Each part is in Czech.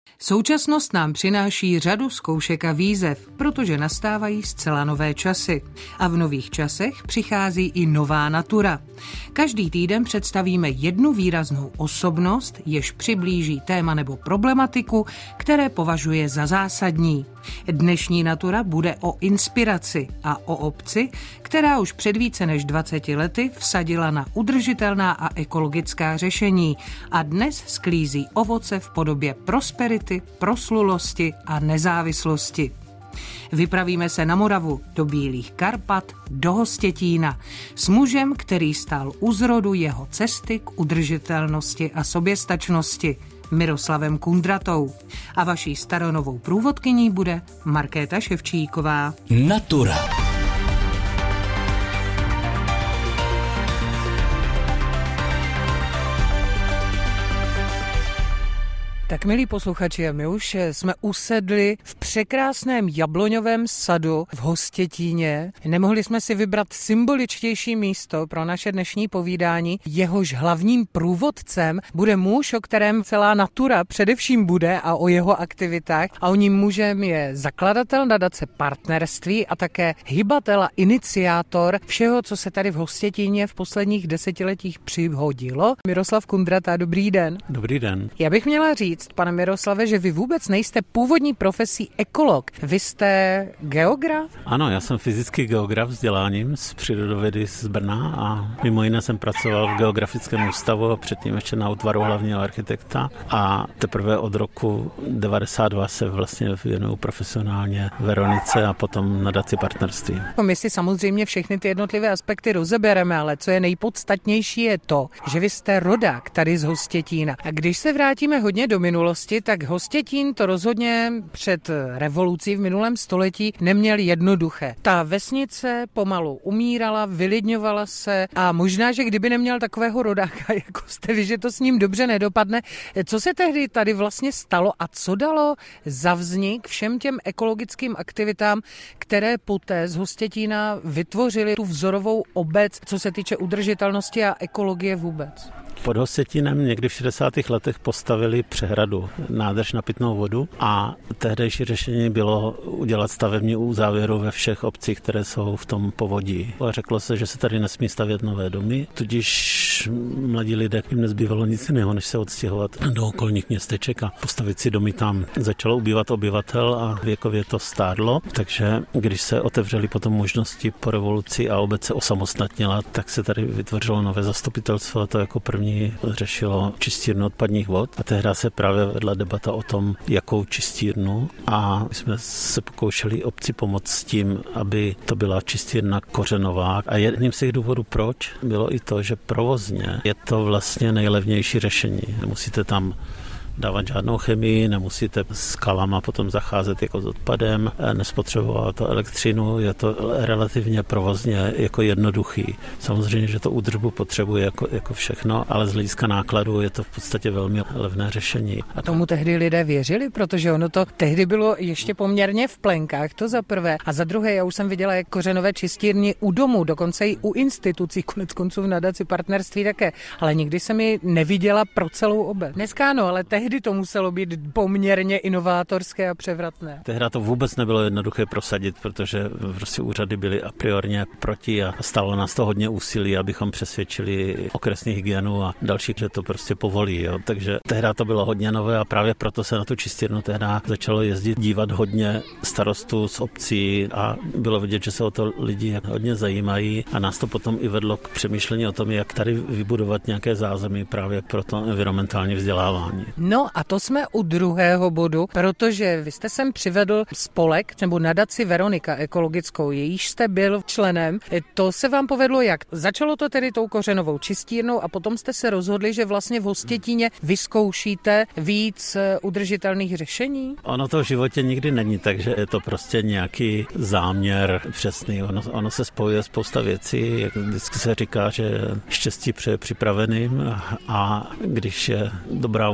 Současnost nám přináší řadu zkoušek a výzev, protože nastávají zcela nové časy. A v nových časech přichází i nová natura. Každý týden představíme jednu výraznou osobnost, jež přiblíží téma nebo problematiku, které považuje za zásadní. Dnešní natura bude o inspiraci a o obci, která už před více než 20 lety vsadila na udržitelná a ekologická řešení a dnes sklízí ovoce v podobě prosperity, proslulosti a nezávislosti. Vypravíme se na Moravu, do Bílých Karpat, do Hostětína s mužem, který stál u zrodu jeho cesty k udržitelnosti a soběstačnosti, Miroslavem Kundratou. A vaší staronovou průvodkyní bude Markéta Ševčíková. Natura. Tak milí posluchači, my už jsme usedli v překrásném jabloňovém sadu v Hostětíně. Nemohli jsme si vybrat symboličtější místo pro naše dnešní povídání. Jehož hlavním průvodcem bude muž, o kterém celá natura především bude a o jeho aktivitách. A o ním mužem je zakladatel nadace Partnerství a také hybatel a iniciátor všeho, co se tady v Hostětíně v posledních desetiletích přihodilo. Miroslav Kundrata, dobrý den. Dobrý den. Já bych měla říct, pane Miroslave, že vy vůbec nejste původní profesí ekolog. Vy jste geograf? Ano, já jsem fyzický geograf vzděláním z přírodovědy z Brna a mimo jiné jsem pracoval v Geografickém ústavu a předtím ještě na útvaru hlavního architekta a teprve od roku 92 se vlastně věnuju profesionálně Veronice a potom nadaci Partnerství. My si samozřejmě všechny ty jednotlivé aspekty rozebereme, ale co je nejpodstatnější je to, že vy jste rodák tady z Hostětína. A když se vrátíme hodně do minulosti, tak Hostětín to rozhodně před revolucí v minulém století neměl jednoduché. Ta vesnice pomalu umírala, vylidňovala se a možná, že kdyby neměl takového rodáka, jako jste vy, že to s ním dobře nedopadne. Co se tehdy tady vlastně stalo a co dalo za vznik všem těm ekologickým aktivitám, které poté z Hostětína vytvořily tu vzorovou obec, co se týče udržitelnosti a ekologie vůbec? Pod Hostětínem někdy v 60. letech postavili přehradu, nádrž na pitnou vodu a tehdejší řešení bylo udělat stavební uzávěru ve všech obcích, které jsou v tom povodí. A řeklo se, že se tady nesmí stavět nové domy, tudíž mladí lidé jim nezbývalo nic jiného, než se odstěhovat do okolních městeček a postavit si domy tam. Začalo ubývat obyvatel a věkově to stárlo, takže když se otevřely potom možnosti po revoluci a obec se osamostatnila, tak se tady vytvořilo nové zastupitelstvo a to jako první řešilo čistírnu odpadních vod a tehdy se právě vedla debata o tom, jakou čistírnu a my jsme se pokoušeli obci pomoct s tím, aby to byla čistírna kořenová a jedním z těch důvodů proč bylo i to, že provozně je to vlastně nejlevnější řešení. Nemusíte tam dávat žádnou chemii, nemusíte s kalama potom zacházet jako s odpadem, nespotřebovat to elektřinu, je to relativně provozně jako jednoduchý. Samozřejmě, že to údržbu potřebuje jako všechno, ale z hlediska nákladu je to v podstatě velmi levné řešení. A tomu tehdy lidé věřili, protože ono to tehdy bylo ještě poměrně v plenkách, to za prvé. A za druhé, já už jsem viděla jak kořenové čistírny u domu, dokonce i u institucí, koneckonců v nadaci Partnerství také, ale nikdy jsem ji neviděla pro celou obec. Dneska ano, ale tehdy to muselo být poměrně inovátorské a převratné. Tehdy to vůbec nebylo jednoduché prosadit, protože prostě úřady byly a priorně proti a stálo nás to hodně úsilí, abychom přesvědčili okresní hygienu a další, že to prostě povolí. Jo. Takže tehdy to bylo hodně nové a právě proto se na tu čistírnu tehdy začalo jezdit dívat hodně starostů z obcí a bylo vidět, že se o to lidi hodně zajímají a nás to potom i vedlo k přemýšlení o tom, jak tady vybudovat nějaké zázemí právě pro to environmentální vzdělávání. No a to jsme u druhého bodu, protože vy jste sem přivedl spolek nebo nadaci Veronika ekologickou, jejíž jste byl členem. To se vám povedlo jak? Začalo to tedy tou kořenovou čistírnou a potom jste se rozhodli, že vlastně v Hostětíně vyzkoušíte víc udržitelných řešení? Ono to v životě nikdy není, takže je to prostě nějaký záměr přesný. Ono se spojuje spousta věcí, jak vždycky se říká, že štěstí přeje připraveným a když je dobrá vůle, tak se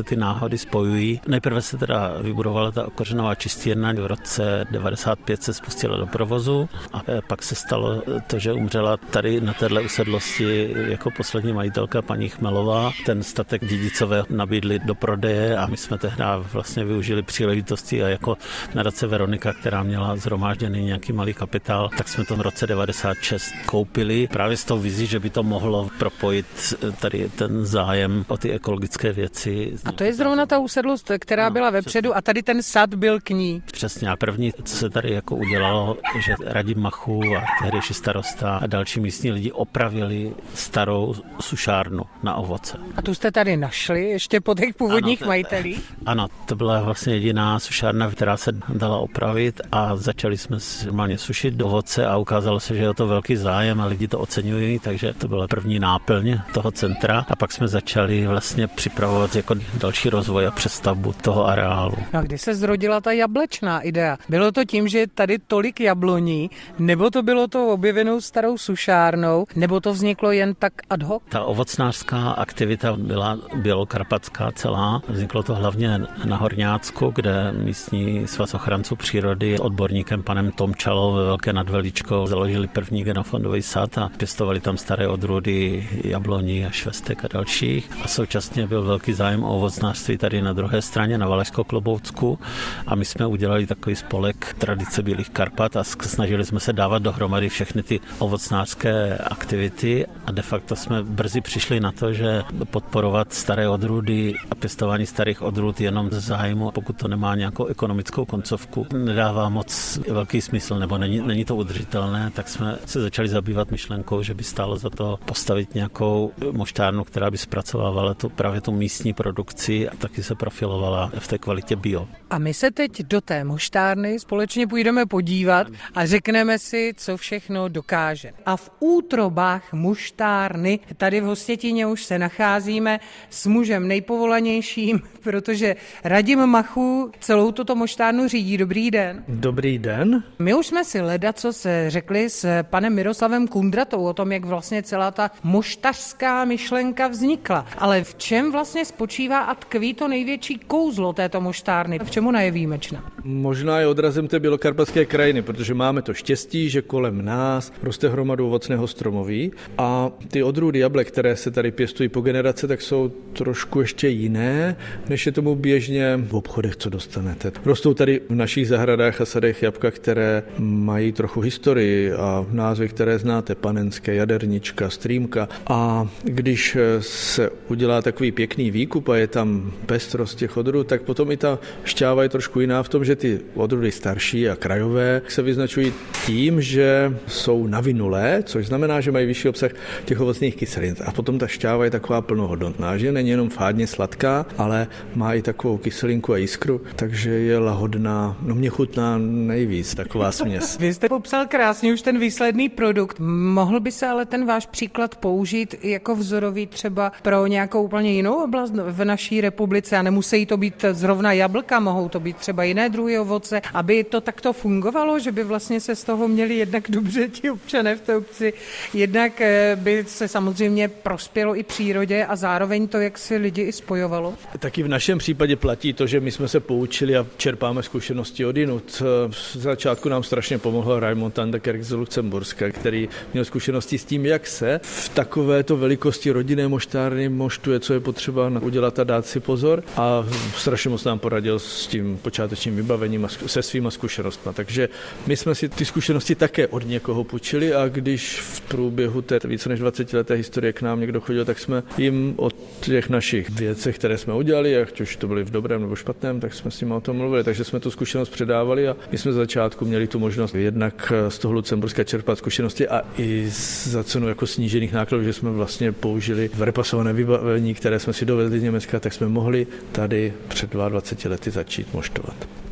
se ty náhody spojují. Nejprve se teda vybudovala ta kořenová čistírna, v roce 1995 se spustila do provozu a pak se stalo to, že umřela tady na téhle usedlosti jako poslední majitelka paní Chmelová. Ten statek dědicové nabídli do prodeje a my jsme tehdy vlastně využili příležitosti a jako nadace Veronika, která měla zhromážděný nějaký malý kapitál, tak jsme to v roce 96 koupili právě s tou vizí, že by to mohlo propojit tady ten zájem o ty ekologické věci. A to je zrovna ta usedlost, která byla vepředu a tady ten sad byl k ní. Přesně. A první, co se tady jako udělalo, že Radim Machu a tehdejší starosta a další místní lidi opravili starou sušárnu na ovoce. A tu jste tady našli ještě po těch původních majitelích? Ano, to byla vlastně jediná sušárna, která se dala opravit a začali jsme normálně sušit ovoce a ukázalo se, že je to velký zájem a lidi to oceňují, takže to byla první náplň toho centra a pak jsme začali vlastně připravovat jako další rozvoj a přestavbu toho areálu. No a kdy se zrodila ta jablečná idea? Bylo to tím, že je tady tolik jabloní, nebo to bylo to objevenou starou sušárnou, nebo to vzniklo jen tak ad hoc? Ta ovocnářská aktivita byla bělokarpatská celá. Vzniklo to hlavně na Horňácku, kde místní svaz ochranců přírody odborníkem panem Tomčalou ve Velké nad Veličkou založili první genofondový sad a pěstovali tam staré odrůdy jabloní a švestek a dalších. A současně byl velký zájem o ovocnářství tady na druhé straně, na Valašsko-Kloboucku. A my jsme udělali takový spolek Tradice bílých Karpat a snažili jsme se dávat dohromady všechny ty ovocnářské aktivity a de facto jsme brzy přišli na to, že podporovat staré odrůdy a pěstování starých odrůd jenom ze zájmu, pokud to nemá nějakou ekonomickou koncovku, nedává moc velký smysl nebo není to udržitelné, tak jsme se začali zabývat myšlenkou, že by stálo za to postavit nějakou moštárnu, která by zpracovávala právě tu místní produkci a taky se profilovala v té kvalitě bio. A my se teď do té moštárny společně půjdeme podívat a řekneme si, co všechno dokáže. A v útrobách moštárny, tady v Hostětíně už se nacházíme s mužem nejpovolanějším, protože Radim Machu celou tuto moštárnu řídí. Dobrý den. Dobrý den. My už jsme si co se řekli s panem Miroslavem Kundratou o tom, jak vlastně celá ta moštařská myšlenka vznikla. Ale v čem vlastně spočívá a tkví to největší kouzlo této moštárny? V čem ona je výjimečná? Možná je odrazem té bělokarpatské krajiny, protože máme to štěstí, že kolem nás roste hromadu ovocného stromoví a ty odrůdy jablek, které se tady pěstují po generace, tak jsou trošku ještě jiné, než je tomu běžně v obchodech, co dostanete. Rostou tady v našich zahradách a sadech jabka, které mají trochu historii a názvy, které znáte, panenské, jadernička, strýmka. A když se udělá takový pěkný výkup a je tam pestrost těch odrůd, tak potom i ta šťáva je trošku jiná v tom, že ty odrůdy starší a krajové se vyznačují tím, že jsou navinulé, což znamená, že mají vyšší obsah těch ovocných kyselin. A potom ta šťáva je taková plnohodnotná, že není jenom fádně sladká, ale má i takovou kyselinku a jiskru, takže je lahodná. No mě chutná nejvíc taková směs. Vy jste popsal krásně už ten výsledný produkt. Mohl by se ale ten váš příklad použít jako vzorový třeba pro nějakou úplně jinou oblast v naší republice a nemusí to být zrovna jablka, mohou to být třeba jiné druhy ovoce, aby to takto fungovalo, že by vlastně se z toho měli jednak dobře ti občané v té obci, jednak by se samozřejmě prospělo i přírodě a zároveň to, jak si lidi i spojovalo? Taky v našem případě platí to, že my jsme se poučili a čerpáme zkušenosti odinut. V začátku nám strašně pomohl Raimond Tandekerk z Lucemburska, který měl zkušenosti s tím, jak se v takovéto velikosti rodinné moštárny moštuje, co je potřeba udělat a dát si pozor. A strašně moc nám poradil s tím počátečním vybavením a se svýma zkušenostmi. Takže my jsme si ty zkušenosti také od někoho půjčili a když v průběhu té více než 20leté historie k nám někdo chodil, tak jsme jim o těch našich věcech, které jsme udělali, ať už to byly v dobrém nebo špatném, tak jsme s nimi o tom mluvili. Takže jsme tu zkušenost předávali a my jsme z začátku měli tu možnost jednak z toho Lucemburska čerpat zkušenosti a i za cenu jako snížených nákladů, že jsme vlastně použili repasované vybavení, které jsme si dovedli z Německa, tak jsme mohli tady před 22 lety začít moštovat.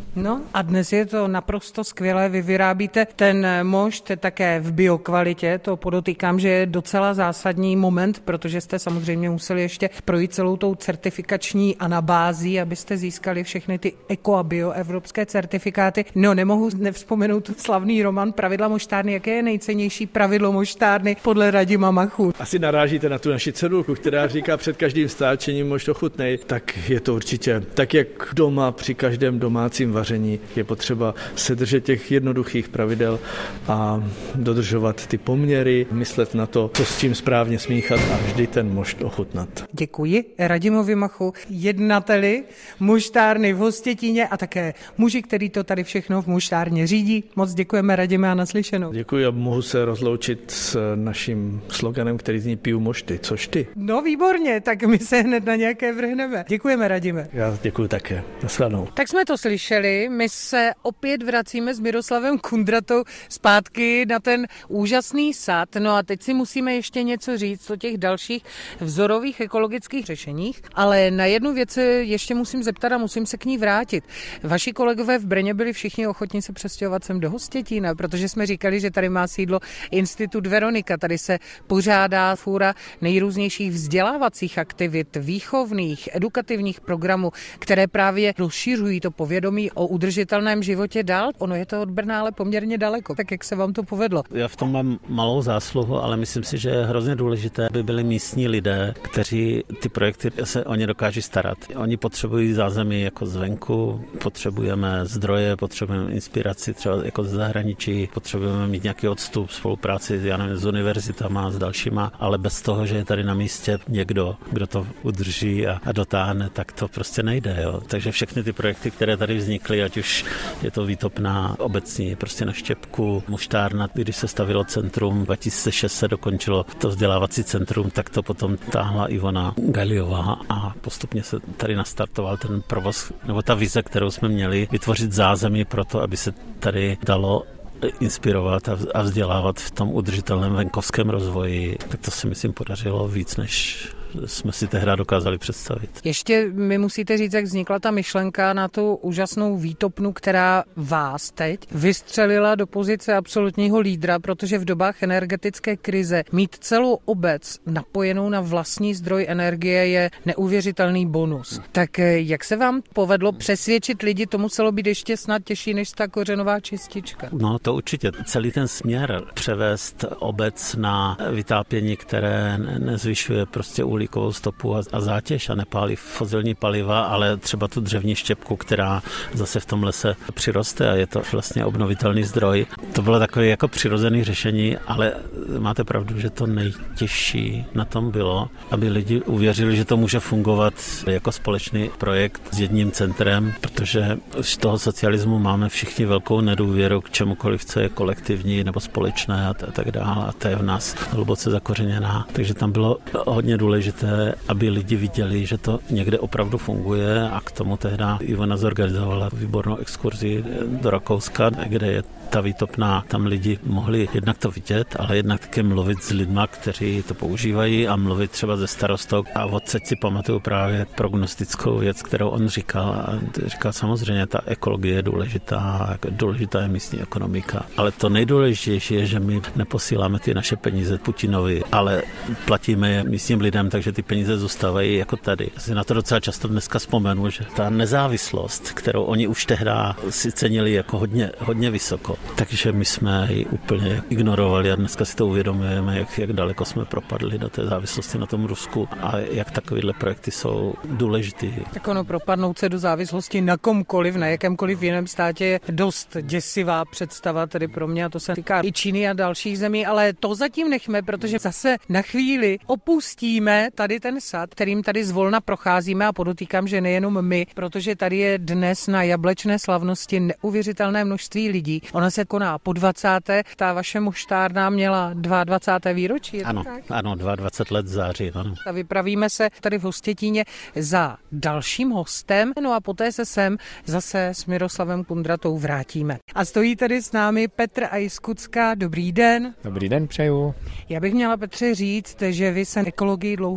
No a dnes je to naprosto skvělé, vy vyrábíte ten mošt také v biokvalitě, to podotýkám, že je docela zásadní moment, protože jste samozřejmě museli ještě projít celou tou certifikační anabází, abyste získali všechny ty eko a bio evropské certifikáty. No nemohu nevzpomenout slavný román Pravidla moštárny, jaké je nejcennější pravidlo moštárny podle Radima Machu. Asi narážíte na tu naši cedulku, která říká před každým stáčením mošt ochutnej, tak je to určitě tak, jak doma při každém domácím vaření je potřeba se držet těch jednoduchých pravidel a dodržovat ty poměry, myslet na to, co s tím správně smíchat a vždy ten mošt ochutnat. Děkuji Radimovi Machu, jednateli moštárny v Hostětíně a také muži, který to tady všechno v moštárně řídí. Moc děkujeme, Radime, a naslyšenou. Děkuji a mohu se rozloučit s naším sloganem, který zní piju mošty, což ty. No výborně, tak my se hned na nějaké vrhneme. Děkujeme, Radime. Já děkuji také. Nasledanou. Tak jsme to slyšeli, my se opět vracíme s Miroslavem Kundratou zpátky na ten úžasný sad. No a teď si musíme ještě něco říct o těch dalších vzorových ekologických řešeních, ale na jednu věc ještě musím zeptat a musím se k ní vrátit. Vaši kolegové v Brně byli všichni ochotní se přestěhovat sem do Hostětína, protože jsme říkali, že tady má sídlo Institut Veronika, tady se pořádá fůra nejrůznějších vzdělávacích aktivit, výchovných, edukativních programů, které právě rozšiřují to povědomí o udržitelném životě dál. Ono je to od Brna ale poměrně daleko. Tak jak se vám to povedlo? Já v tom mám malou zásluhu, ale myslím si, že je hrozně důležité, aby byli místní lidé, kteří ty projekty se o ně dokáží starat. Oni potřebují zázemí jako zvenku, potřebujeme zdroje, potřebujeme inspiraci třeba jako ze zahraničí, potřebujeme mít nějaký odstup, spolupráci s univerzitama, s dalšíma, ale bez toho, že je tady na místě někdo, kdo to udrží a dotáhne, tak to prostě nejde. Jo. Takže všechny ty projekty, které tady vznikly, ať už je to výtopná obecní, prostě na Štěpku, moštárna, když se stavilo centrum, 2006 se dokončilo to vzdělávací centrum, tak to potom táhla Ivona Galiová a postupně se tady nastartoval ten provoz, nebo ta vize, kterou jsme měli, vytvořit zázemí pro to, aby se tady dalo inspirovat a vzdělávat v tom udržitelném venkovském rozvoji. Tak to si myslím podařilo víc, než jsme si tehdy dokázali představit. Ještě mi musíte říct, jak vznikla ta myšlenka na tu úžasnou výtopnu, která vás teď vystřelila do pozice absolutního lídra, protože v dobách energetické krize mít celou obec napojenou na vlastní zdroj energie je neuvěřitelný bonus. Tak jak se vám povedlo přesvědčit lidi, to muselo být ještě snad těžší než ta kořenová čistička? No to určitě. Celý ten směr převést obec na vytápění, které nezvyšuje prostě uhlíkovou stopu a zátěž a nepálí fosilní paliva, ale třeba tu dřevní štěpku, která zase v tom lese přiroste a je to vlastně obnovitelný zdroj. To bylo takové jako přirozené řešení, ale máte pravdu, že to nejtěžší na tom bylo, aby lidi uvěřili, že to může fungovat jako společný projekt s jedním centrem, protože z toho socialismu máme všichni velkou nedůvěru k čemukoliv, co je kolektivní nebo společné a tak dále. A to je v nás hluboce zakořeněná. Takže tam bylo hodně důležité, aby lidi viděli, že to někde opravdu funguje a k tomu tehda Ivona zorganizovala výbornou exkurzi do Rakouska, kde je ta výtopná, tam lidi mohli jednak to vidět, ale jednak také mluvit s lidma, kteří to používají a mluvit třeba ze starostou. A odseď si pamatuju právě prognostickou věc, kterou on říkal. A říkal samozřejmě, ta ekologie je důležitá je místní ekonomika. Ale to nejdůležitější je, že my neposíláme ty naše peníze Putinovi, ale platíme je místním lidem, takže ty peníze zůstávají jako tady. Já si na to docela často dneska vzpomenu, že ta nezávislost, kterou oni už tehdy si cenili jako hodně vysoko, takže my jsme ji úplně ignorovali a dneska si to uvědomujeme, jak daleko jsme propadli do té závislosti na tom Rusku a jak takovéhle projekty jsou důležitý. Tak ono propadnout se do závislosti na komkoliv, na jakémkoliv jiném státě je dost děsivá představa, tedy pro mě, a to se týká i Číny a dalších zemí, ale to zatím nechme, protože zase na chvíli opustíme tady ten sad, kterým tady zvolna procházíme a podotýkám, že nejenom my, protože tady je dnes na jablečné slavnosti neuvěřitelné množství lidí. Ona se koná po 20. Ta vaše moštárna měla 22. výročí. Ano, 22 let září. Ano. A vypravíme se tady v Hostětíně za dalším hostem, no a poté se sem zase s Miroslavem Kundratou vrátíme. A stojí tady s námi Petr Ajskucka. Dobrý den. Dobrý den, přeju. Já bych měla, Petře, říct, že vy se ekologii dlouho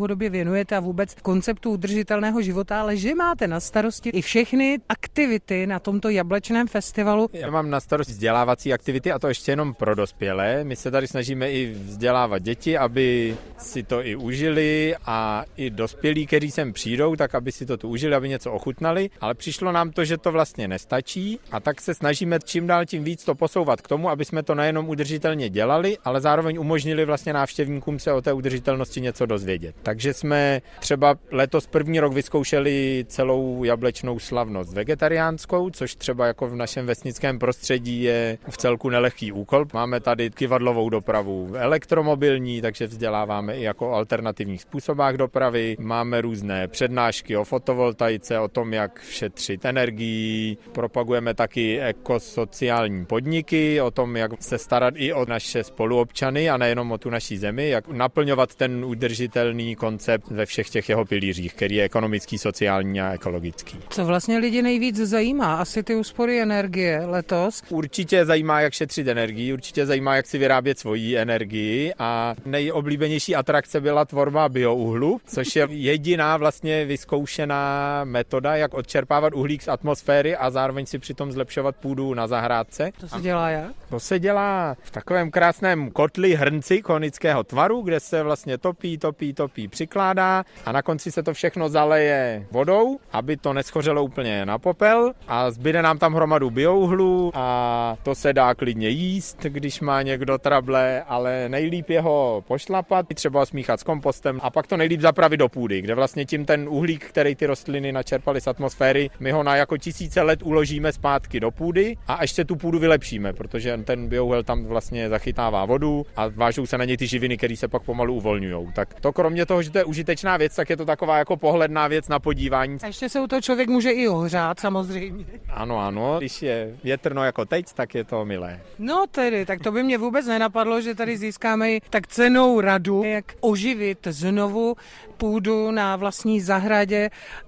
dlouhodobě věnujete a vůbec konceptu udržitelného života, ale že máte na starosti i všechny aktivity na tomto jablečném festivalu. Já mám na starosti vzdělávací aktivity a to ještě jenom pro dospělé. My se tady snažíme i vzdělávat děti, aby si to i užili a i dospělí, kteří sem přijdou, tak aby si to tu užili, aby něco ochutnali, ale přišlo nám to, že to vlastně nestačí a tak se snažíme čím dál tím víc to posouvat k tomu, aby jsme to nejenom udržitelně dělali, ale zároveň umožnili vlastně návštěvníkům se o té udržitelnosti něco dozvědět. Takže jsme třeba letos první rok vyzkoušeli celou jablečnou slavnost vegetariánskou, což třeba jako v našem vesnickém prostředí je v celku nelehký úkol. Máme tady kyvadlovou dopravu elektromobilní, takže vzděláváme i jako o alternativních způsobách dopravy. Máme různé přednášky o fotovoltaice, o tom, jak šetřit energii. Propagujeme taky ekosociální podniky, o tom, jak se starat i o naše spoluobčany a nejenom o tu naší zemi, jak naplňovat ten udržitelný koncept ve všech těch jeho pilířích, který je ekonomický, sociální a ekologický. Co vlastně lidi nejvíc zajímá? Asi ty úspory energie letos? Určitě zajímá, jak šetřit energii, určitě zajímá, jak si vyrábět svoji energii a nejoblíbenější atrakce byla tvorba biouhlu, což je jediná vlastně vyzkoušená metoda, jak odčerpávat uhlík z atmosféry a zároveň si přitom zlepšovat půdu na zahrádce. To se dělá jak? To se dělá v takovém krásném kotli hrnci konického tvaru, kde se vlastně topí, přikládá a na konci se to všechno zaleje vodou, aby to neschořelo úplně na popel a zbyde nám tam hromadu biouhlu a to se dá klidně jíst, když má někdo trable, ale nejlíp je ho pošlapat, třeba smíchat s kompostem a pak to nejlíp zapravit do půdy, kde vlastně tím ten uhlík, který ty rostliny načerpaly z atmosféry, my ho na jako tisíce let uložíme zpátky do půdy a ještě tu půdu vylepšíme, protože ten biouhel tam vlastně zachytává vodu a vážou se na něj ty živiny, které se pak pomalu uvolňují. Tak to kromě toho, že to je užitečná věc, tak je to taková jako pohledná věc na podívání. A ještě se u toho člověk může i ohřát, samozřejmě. Ano, když je větrno jako teď, tak je to milé. No tedy, tak to by mě vůbec nenapadlo, že tady získáme i tak cennou radu, jak oživit znovu půdu na vlastní zahradě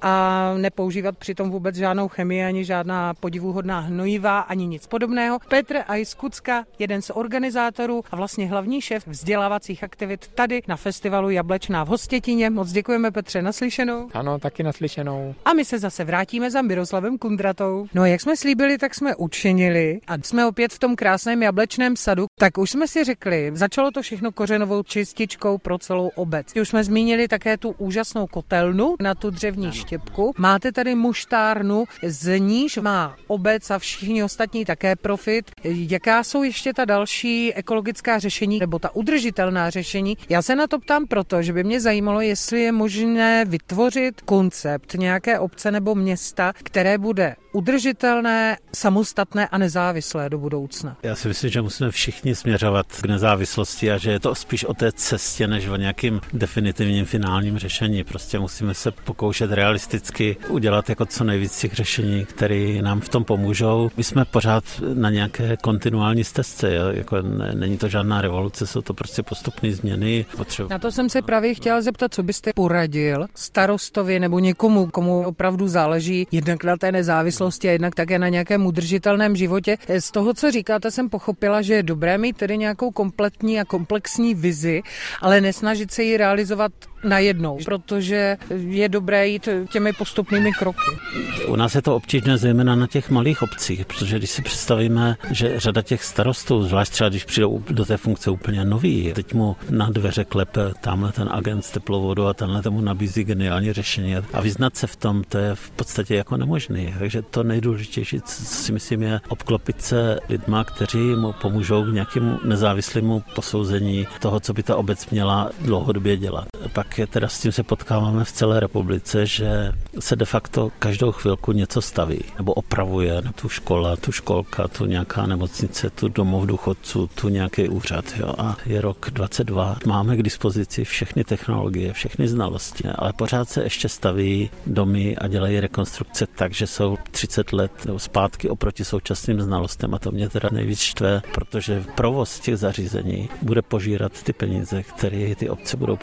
a nepoužívat přitom vůbec žádnou chemii, ani žádná podivuhodná hnojiva, ani nic podobného. Petr Ajskucka, jeden z organizátorů a vlastně hlavní šéf vzdělávacích aktivit tady na festivalu Jablečná v Hostětíně. Moc děkujeme, Petře, naslyšenou. Ano, taky naslyšenou. A my se zase vrátíme za Miroslavem Kundratou. No a jak jsme slíbili, tak jsme učinili a jsme opět v tom krásném jablečném sadu. Tak už jsme si řekli, začalo to všechno kořenovou čističkou pro celou obec. Už jsme zmínili také tu úžasnou kotelnu na tu dřevní štěpku. Máte tady muštárnu, z níž má obec a všichni ostatní také profit. Jaká jsou ještě ta další ekologická řešení nebo ta udržitelná řešení? Já se na to ptám proto, že by mě zajímalo, jestli je možné vytvořit koncept nějaké obce nebo města, které bude udržitelné, samostatné a nezávislé do budoucna. Já si myslím, že musíme všichni směřovat k nezávislosti a že je to spíš o té cestě, než o nějakým definitivním finálním řešení. Prostě musíme se pokoušet realisticky udělat jako co nejvíc těch řešení, které nám v tom pomůžou. My jsme pořád na nějaké kontinuální stezce, jako není to žádná revoluce, jsou to prostě postupné změny. Na to jsem se právě chtěla zeptat, co byste poradil starostovi nebo někomu, komu opravdu záleží jednak na té nezávislosti a jednak také na nějakém udržitelném životě. Z toho, co říkáte, jsem pochopila, že je dobré mít tedy nějakou kompletní a komplexní vizi, ale nesnažit se ji realizovat najednou, protože je dobré jít těmi postupnými kroky. U nás je to obtížné zejména na těch malých obcích, protože když si představíme, že řada těch starostů, zvlášť třeba když přijdou do té funkce úplně nový, teď mu na dveře klepe tamhle ten agent s teplou vodou a tenhle tomu nabízí geniální řešení a vyznat se v tom, to je v podstatě jako nemožný. Takže to nejdůležitější, co si myslím, je obklopit se lidma, kteří mu pomůžou k nějakému nezávislému posouzení toho, co by ta obec měla dlouhodobě dělat. Pak teda s tím se potkáváme v celé republice, že se de facto každou chvilku něco staví nebo opravuje, tu škola, tu školka, tu nějaká nemocnice, tu domov důchodců, tu nějaký úřad. Jo. A je rok 22, máme k dispozici všechny technologie, všechny znalosti, ale pořád se ještě staví domy a dělají rekonstrukce tak, že jsou 30 let zpátky oproti současným znalostem a to mě teda nejvíc štve, protože provoz těch zařízení bude požírat ty peníze, které ty obce budou potřebovat na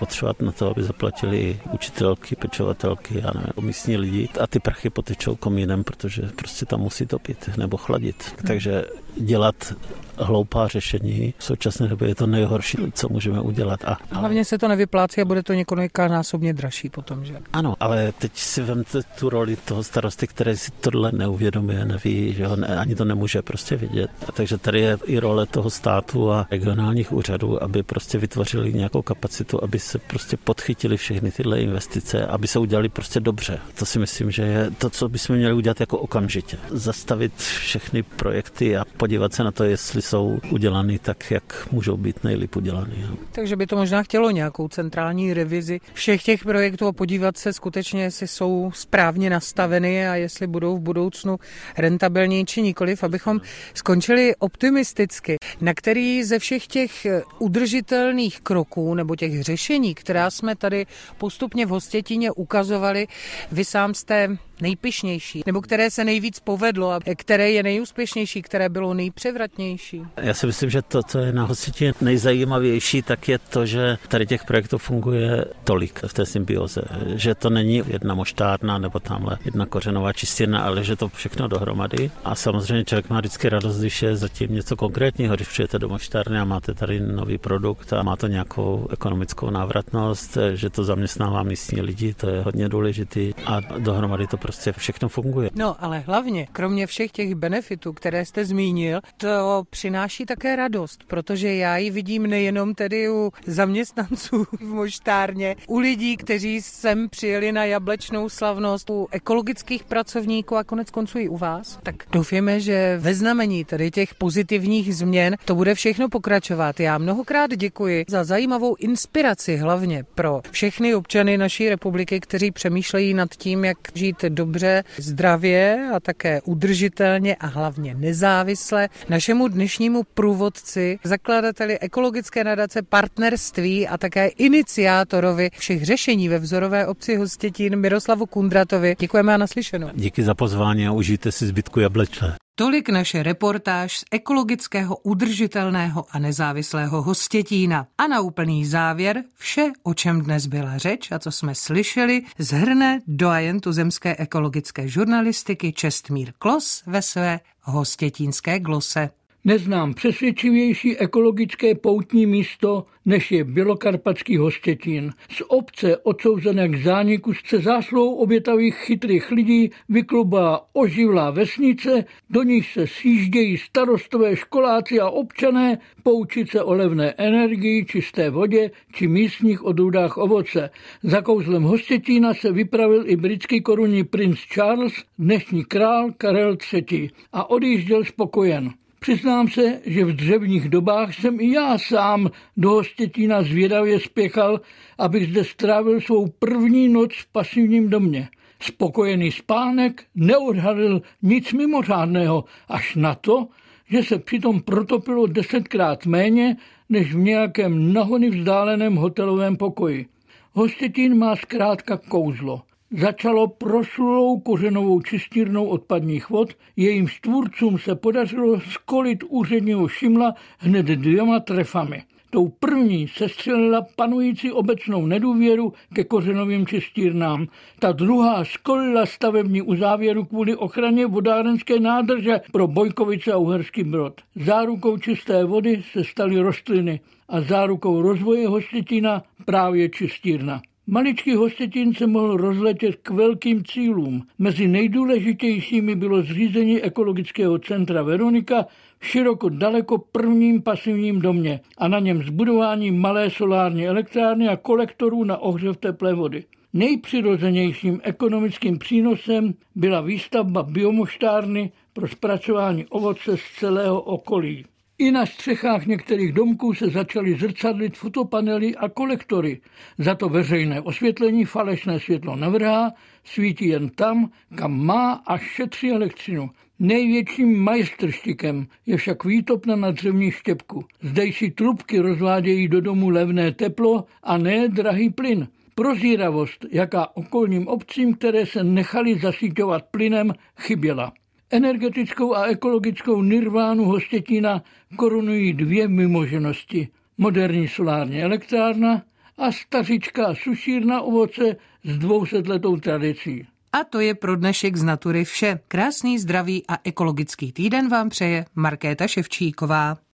na to, aby zaplatili učitelky, pečovatelky, já nevím, místní lidi a ty prachy potečou komínem, protože prostě tam musí topit nebo chladit. Takže dělat hloupá řešení v současné době je to nejhorší, co můžeme udělat. A hlavně se to nevyplácí a bude to několikanásobně dražší potom, že? Ano, ale teď si vemte tu roli toho starosty, který si tohle neuvědomuje, neví, že ho ani to nemůže prostě vidět. Takže tady je i role toho státu a regionálních úřadů, aby prostě vytvořili nějakou kapacitu, aby se prostě podchytili všechny tyhle investice, aby se udělali prostě dobře. To si myslím, že je to, co bychom měli udělat jako okamžitě. Zastavit všechny projekty a podívat se na to, jestli jsou udělaný tak, jak můžou být nejlíp udělaný. Takže by to možná chtělo nějakou centrální revizi všech těch projektů a podívat se skutečně, jestli jsou správně nastaveny a jestli budou v budoucnu rentabilní či nikoliv, abychom skončili optimisticky. Na který ze všech těch udržitelných kroků nebo těch řešení, která jsme tady postupně v Hostětíně ukazovali, vy sám jste nejpyšnější, nebo které se nejvíc povedlo a které je nejúspěšnější, které bylo nejpřevratnější? Já si myslím, že to, co je na Hostětíně nejzajímavější, tak je to, že tady těch projektů funguje tolik v té symbioze, že to není jedna moštárna nebo tamhle jedna kořenová čistírna, ale že to všechno dohromady. A samozřejmě člověk má vždycky radost, když je zatím něco konkrétního, když přijete do moštárny a máte tady nový produkt a má to nějakou ekonomickou návratnost, že to zaměstnává místní lidi, to je hodně důležitý a dohromady to prostě všechno funguje. No, ale hlavně, kromě všech těch benefitů, které jste zmínil, to přináší také radost, protože já ji vidím nejenom tedy u zaměstnanců v moštárně, u lidí, kteří sem přijeli na jablečnou slavnost, u ekologických pracovníků a konec konců i u vás. Tak doufáme, že ve znamení tady těch pozitivních změn to bude všechno pokračovat. Já mnohokrát děkuji za zajímavou inspiraci hlavně pro všechny občany naší republiky, kteří přemýšlejí nad tím, jak žít dobře, zdravě a také udržitelně a hlavně nezávisle. Našemu dnešnímu průvodci, zakladateli ekologické nadace Partnerství a také iniciátorovi všech řešení ve vzorové obci Hostětín Miroslavu Kundratovi. Děkujeme a naslyšenou. Díky za pozvání a užijte si zbytku jablečné. Tolik naše reportáž z ekologického, udržitelného a nezávislého Hostětína. A na úplný závěr vše, o čem dnes byla řeč a co jsme slyšeli, shrne doyen tuzemské ekologické žurnalistiky Čestmír Klos ve své hostětínské glose. Neznám přesvědčivější ekologické poutní místo, než je Bělokarpatský Hostětín. Z obce odsouzené k zániku se zásluhou obětavých chytrých lidí vyklubá oživlá vesnice, do níž se sjíždějí starostové, školáci a občané poučit se o levné energii, čisté vodě či místních odrůdách ovoce. Za kouzlem Hostětína se vypravil i britský korunní princ Charles, dnešní král Karel III. A odjížděl spokojen. Přiznám se, že v dřevních dobách jsem i já sám do Hostětína zvědavě spěchal, abych zde strávil svou první noc v pasivním domě. Spokojený spánek neodhalil nic mimořádného, až na to, že se přitom protopilo 10krát méně, než v nějakém nahony vzdáleném hotelovém pokoji. Hostětín má zkrátka kouzlo. Začalo proslulou kořenovou čistírnou odpadních vod, jejímž tvůrcům se podařilo skolit úředního šimla hned 2 trefami. Tou první sestřelila panující obecnou nedůvěru ke kořenovým čistírnám. Ta druhá skolila stavební uzávěru kvůli ochraně vodárenské nádrže pro Bojkovice a Uherský Brod. Zárukou čisté vody se staly rostliny a zárukou rozvoje Hostětína právě čistírna. Maličký Hostětín se mohl rozletět k velkým cílům. Mezi nejdůležitějšími bylo zřízení ekologického centra Veronika v široko daleko prvním pasivním domě a na něm zbudování malé solární elektrárny a kolektorů na ohřev teplé vody. Nejpřirozenějším ekonomickým přínosem byla výstavba biomoštárny pro zpracování ovoce z celého okolí. I na střechách některých domků se začaly zrcadlit fotopanely a kolektory. Za to veřejné osvětlení falešné světlo navrhá, svítí jen tam, kam má a šetří elektřinu. Největším majstrštikem je však výtopna na dřevní štěpku. Zdejší trubky rozvádějí do domu levné teplo a ne drahý plyn. Prozíravost, jaká okolním obcím, které se nechaly zasíťovat plynem, chyběla. Energetickou a ekologickou nirvánu Hostětína korunují 2 vymoženosti. Moderní solární elektrárna a stařičká sušírna ovoce s 200letou tradicí. A to je pro dnešek z Natury vše. Krásný, zdravý a ekologický týden vám přeje Markéta Ševčíková.